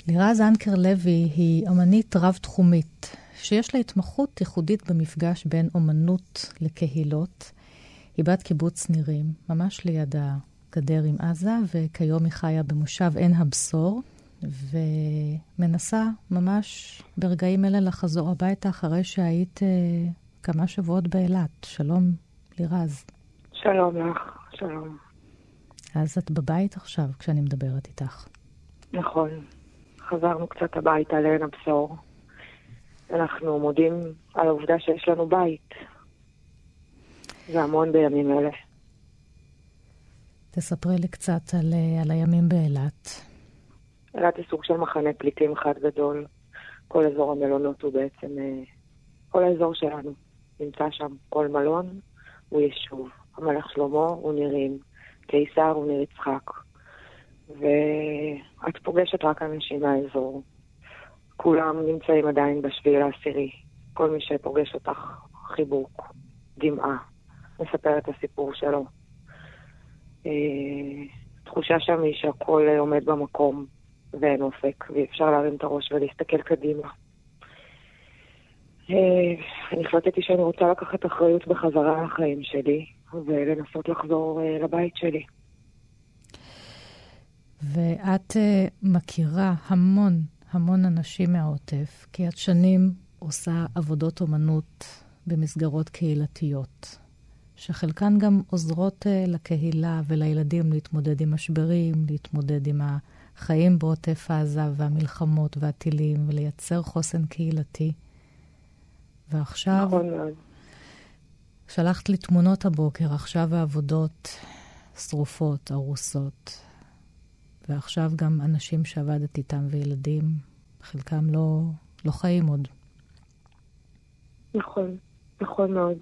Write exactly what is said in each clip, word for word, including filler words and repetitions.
לירז אנקר לוי היא אומנית רב-תחומית, שיש לה התמחות ייחודית במפגש בין אומנות לקהילות. היא בת קיבוץ נירים, ממש ליד הגדר עם עזה, וכיום היא חיה במושב עין הבשור, ומנסה ממש ברגעים אלה לחזור הביתה אחרי שהיית אה, כמה שבועות באילת. שלום לירז. שלום לך, שלום. אז את בבית עכשיו כשאני מדברת איתך. נכון. חזרנו קצת הביתה לעין הבשור. אנחנו מודים על העובדה שיש לנו בית. זה המון בימים אלה. תספרי לי קצת על, על הימים באילת. אילת היא סוג של מחנה פליטים אחד גדול. כל אזור המלונות הוא בעצם, כל האזור שלנו נמצא שם. כל מלון הוא יישוב. המלך שלמה הוא נירים. קיסר הוא ניר יצחק. ואת פוגשת רק אנשים מהאזור. כולם נמצאים עדיין בשביל העשירי. כל מי שפוגש אותך, חיבוק, דמעה, מספר את הסיפור שלו. תחושה שם היא שהכל עומד במקום ואין אופק, ואפשר להרים את הראש ולהסתכל קדימה. אני החלטתי שאני רוצה לקחת אחריות בחזרה על החיים שלי, ולנסות לחזור לבית שלי. ואת uh, מכירה המון, המון אנשים מהעוטף, כי את שנים עושה עבודות אומנות במסגרות קהילתיות, שחלקן גם עוזרות uh, לקהילה ולילדים להתמודד עם משברים, להתמודד עם החיים בעוטף עזה והמלחמות והטילים, ולייצר חוסן קהילתי. ועכשיו, נכון מאוד. שלחת לי תמונות הבוקר, עכשיו העבודות שרופות, ארוסות, ועכשיו גם אנשים שעבדת איתם וילדים, חלקם לא, לא חיים עוד. נכון, נכון מאוד.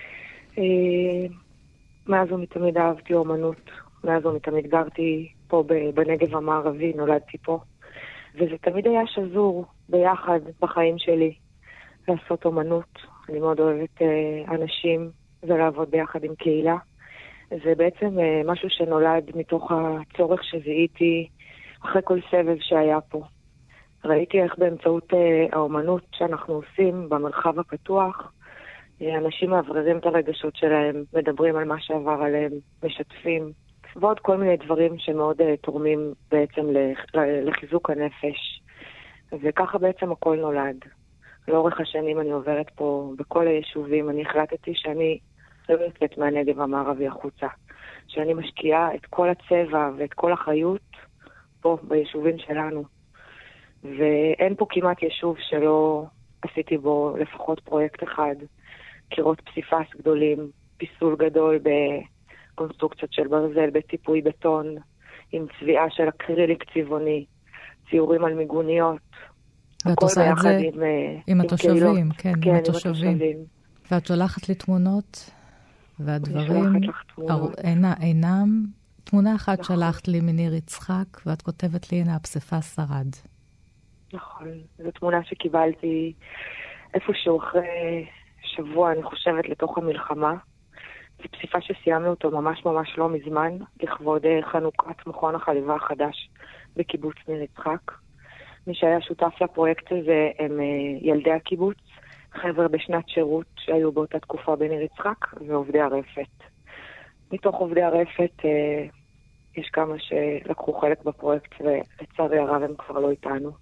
אה, מאז ומתמיד אהבתי אומנות, מאז ומתמיד גרתי פה בנגב המערבי, נולדתי פה, וזה תמיד היה שזור ביחד בחיים שלי, לעשות אומנות. אני מאוד אוהבת אה, אנשים ולעבוד ביחד עם קהילה. זה בעצם אה, משהו שנולד מתוך הצורך שזיהיתי אחרי כל סבב שהיה פה. ראיתי איך באמצעות אה, האומנות שאנחנו עושים במרחב הפתוח, אה, אנשים מעבררים את הרגשות שלהם, מדברים על מה שעבר עליהם, משתפים, ועוד כל מיני דברים שמאוד אה, תורמים בעצם לחיזוק הנפש. וככה בעצם הכל נולד. לאורך השנים אני עוברת פה בכל היישובים, אני החלטתי שאני לא יוצאת מהנגב המערבי החוצה, שאני משקיעה את כל הצבע ואת כל החיות פה ביישובים שלנו. ואין פה כמעט יישוב שלא עשיתי בו לפחות פרויקט אחד, קירות פסיפס גדולים, פיסול גדול בקונסטרוקציות של ברזל, בטיפוי בטון, עם צביעה של אקריליק צבעוני, ציורים על מיגוניות. ואת עושה את זה עם, עם התושבים, כן, כן, עם התושבים. ואת שולחת לי תמונות, והדברים אינה, אינם. תמונה אחת נכון. שלחת לי מניר יצחק, ואת כותבת לי, הנה הפסיפס שרד. נכון, זו תמונה שקיבלתי איפשהו אחרי שבוע, אני חושבת, לתוך המלחמה. זו פסיפס שסיימנו אותו ממש ממש לא מזמן, לכבוד חנוכת מכון החליבה החדש בקיבוץ ניר יצחק. מי שהיה שותף לפרויקט הזה הם ילדי הקיבוץ, חבר בשנת שירות שהיו באותה תקופה בניר יצחק, ועובדי הרפת. מתוך עובדי הרפת אה, יש כמה שלקחו חלק בפרויקט, ולצערי הרב הם כבר לא איתנו.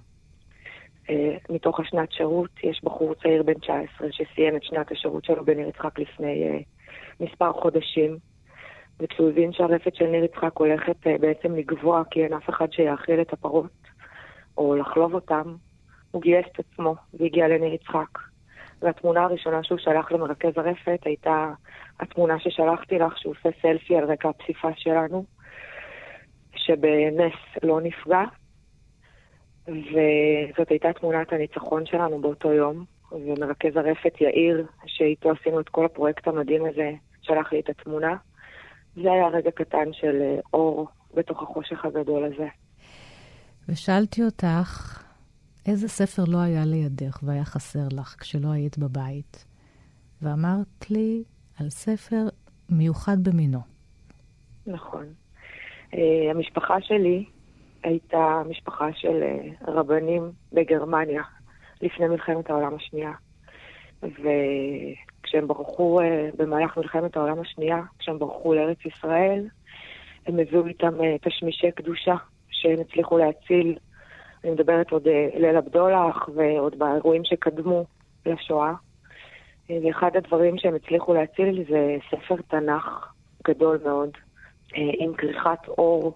אה, מתוך השנת שירות יש בחור צעיר בן תשע עשרה שסיים את שנת השירות שלו בניר יצחק לפני אה, מספר חודשים, וכשהוא הבין שהרפת של ניר יצחק הולכת אה, בעצם לגבוע, כי אין אף אחד שיאכיל את הפרות, או לחלוב אותם, הוא גייס את עצמו והגיע לניר יצחק. והתמונה הראשונה שהוא שלח למרכז הרפת הייתה התמונה ששלחתי לך, שהוא עושה סלפי על רקע הפסיפס שלנו, שבנס לא נפגע. וזאת הייתה תמונת הניצחון שלנו באותו יום. ומרכז הרפת יאיר, שאיתו עשינו את כל הפרויקט המדהים הזה, שלח לי את התמונה. זה היה רגע קטן של אור בתוך החושך הגדול הזה. ושאלתי אותך, איזה ספר לא היה לידך והיה חסר לך כשלא היית בבית? ואמרת לי על ספר מיוחד במינו. נכון. Uh, המשפחה שלי הייתה משפחה של רבנים בגרמניה לפני מלחמת העולם השנייה. וכשהם ברחו במהלך מלחמת העולם השנייה, כשהם ברחו לארץ ישראל, הם הביאו איתם תשמישי קדושה שהם הצליחו להציל. אני מדברת עוד ליל הבדולח ועוד באירועים שקדמו לשואה. ואחד הדברים שהם הצליחו להציל זה ספר תנ"ך גדול מאוד, עם כריכת אור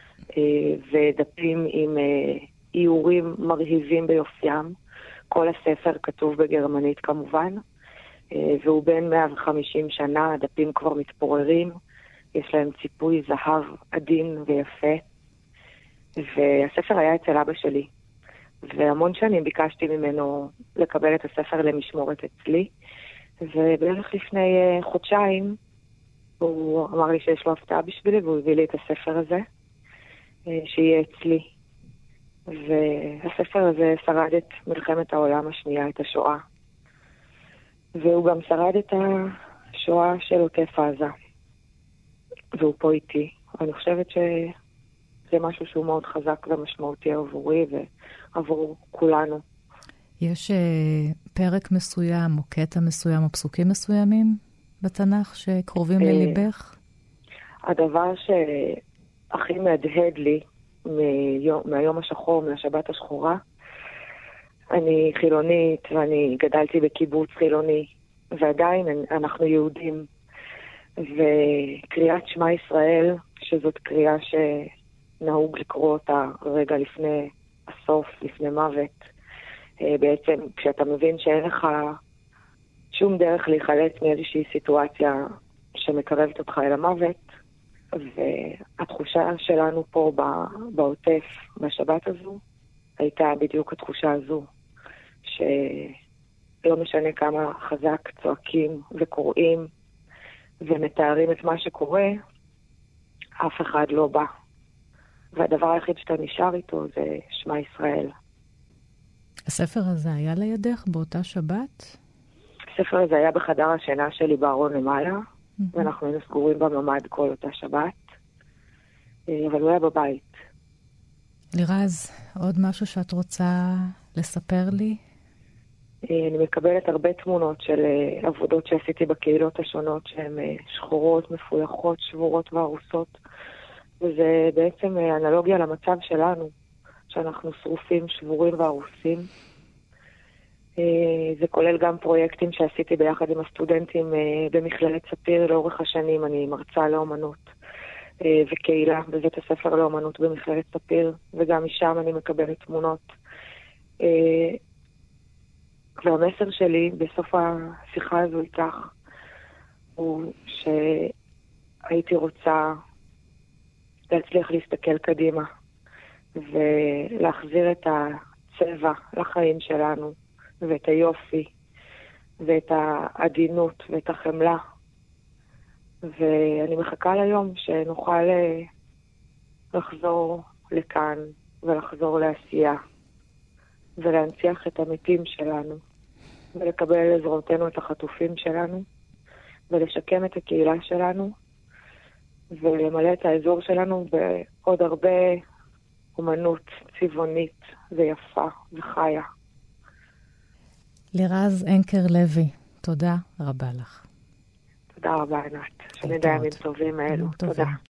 ודפים עם איורים מרהיבים ביופיים. כל הספר כתוב בגרמנית כמובן, והוא בן מאה וחמישים שנה, הדפים כבר מתפוררים, יש להם ציפוי זהב עדין ויפה, והספר היה אצל אבא שלי, והמון שנים ביקשתי ממנו לקבל את הספר למשמורת אצלי, ובערך לפני חודשיים הוא אמר לי שיש לו הפתעה בשבילי, והוא הביא לי את הספר הזה, שיהיה אצלי. והספר הזה שרד את מלחמת העולם השנייה, את השואה. והוא גם שרד את השואה של עוטף עזה. והוא פה איתי. אני חושבת שזה משהו שהוא מאוד חזק ומשמעותי עבורי ועבור כולנו. יש uh, פרק מסוים או קטע מסוים או פסוקים מסוימים בתנ"ך שקרובים לליבך? הדבר שהכי מהדהד לי מיום, מהיום השחור, מהשבת השחורה, אני חילונית ואני גדלתי בקיבוץ חילוני, ועדיין אנחנו יהודים, וקריאת שמע ישראל, שזאת קריאה שנהוג לקרוא אותה רגע לפני הסוף, לפני מוות, בעצם כשאתה מבין שאין לך שום דרך להיחלץ מאיזושהי סיטואציה שמקרבת אותך אל המוות, והתחושה שלנו פה בעוטף, בשבת הזו, הייתה בדיוק התחושה הזו, שלא משנה כמה חזק צועקים וקוראים ומתארים את מה שקורה, אף אחד לא בא. והדבר היחיד שאתה נשאר איתו זה שמע ישראל. הספר הזה היה לידך באותה שבת? הספר הזה היה בחדר השינה שלי בארון למעלה, mm-hmm. ואנחנו היינו סגורים בממד כל אותה שבת, אבל הוא היה בבית. לירז, עוד משהו שאת רוצה לספר לי? אני מקבלת הרבה תמונות של עבודות שעשיתי בקהילות השונות, שהן שחורות, מפויחות, שבורות והרוסות, וזה בעצם אנלוגיה למצב שלנו, שאנחנו שרופים, שבורים והרוסים. זה כולל גם פרויקטים שעשיתי ביחד עם הסטודנטים במכללת ספיר לאורך השנים. אני מרצה לאומנות וקהילה בבית הספר לאומנות במכללת ספיר, וגם משם אני מקבלת תמונות. והמסר שלי בסוף השיחה הזו איתך הוא שהייתי רוצה להצליח להסתכל קדימה ולהחזיר את הצבע לחיים שלנו ואת היופי ואת העדינות ואת החמלה, ואני מחכה ליום שנוכל לחזור לכאן ולחזור לעשייה ולהנציח את המתים שלנו ולקבל לזרועותינו את החטופים שלנו ולשקם את הקהילה שלנו ולמלא את האזור שלנו בעוד הרבה אומנות צבעונית ויפה וחיה. לירז אנקר לוי, תודה רבה לך. תודה רבה ענת, שנדע ימים טובים האלו. תודה.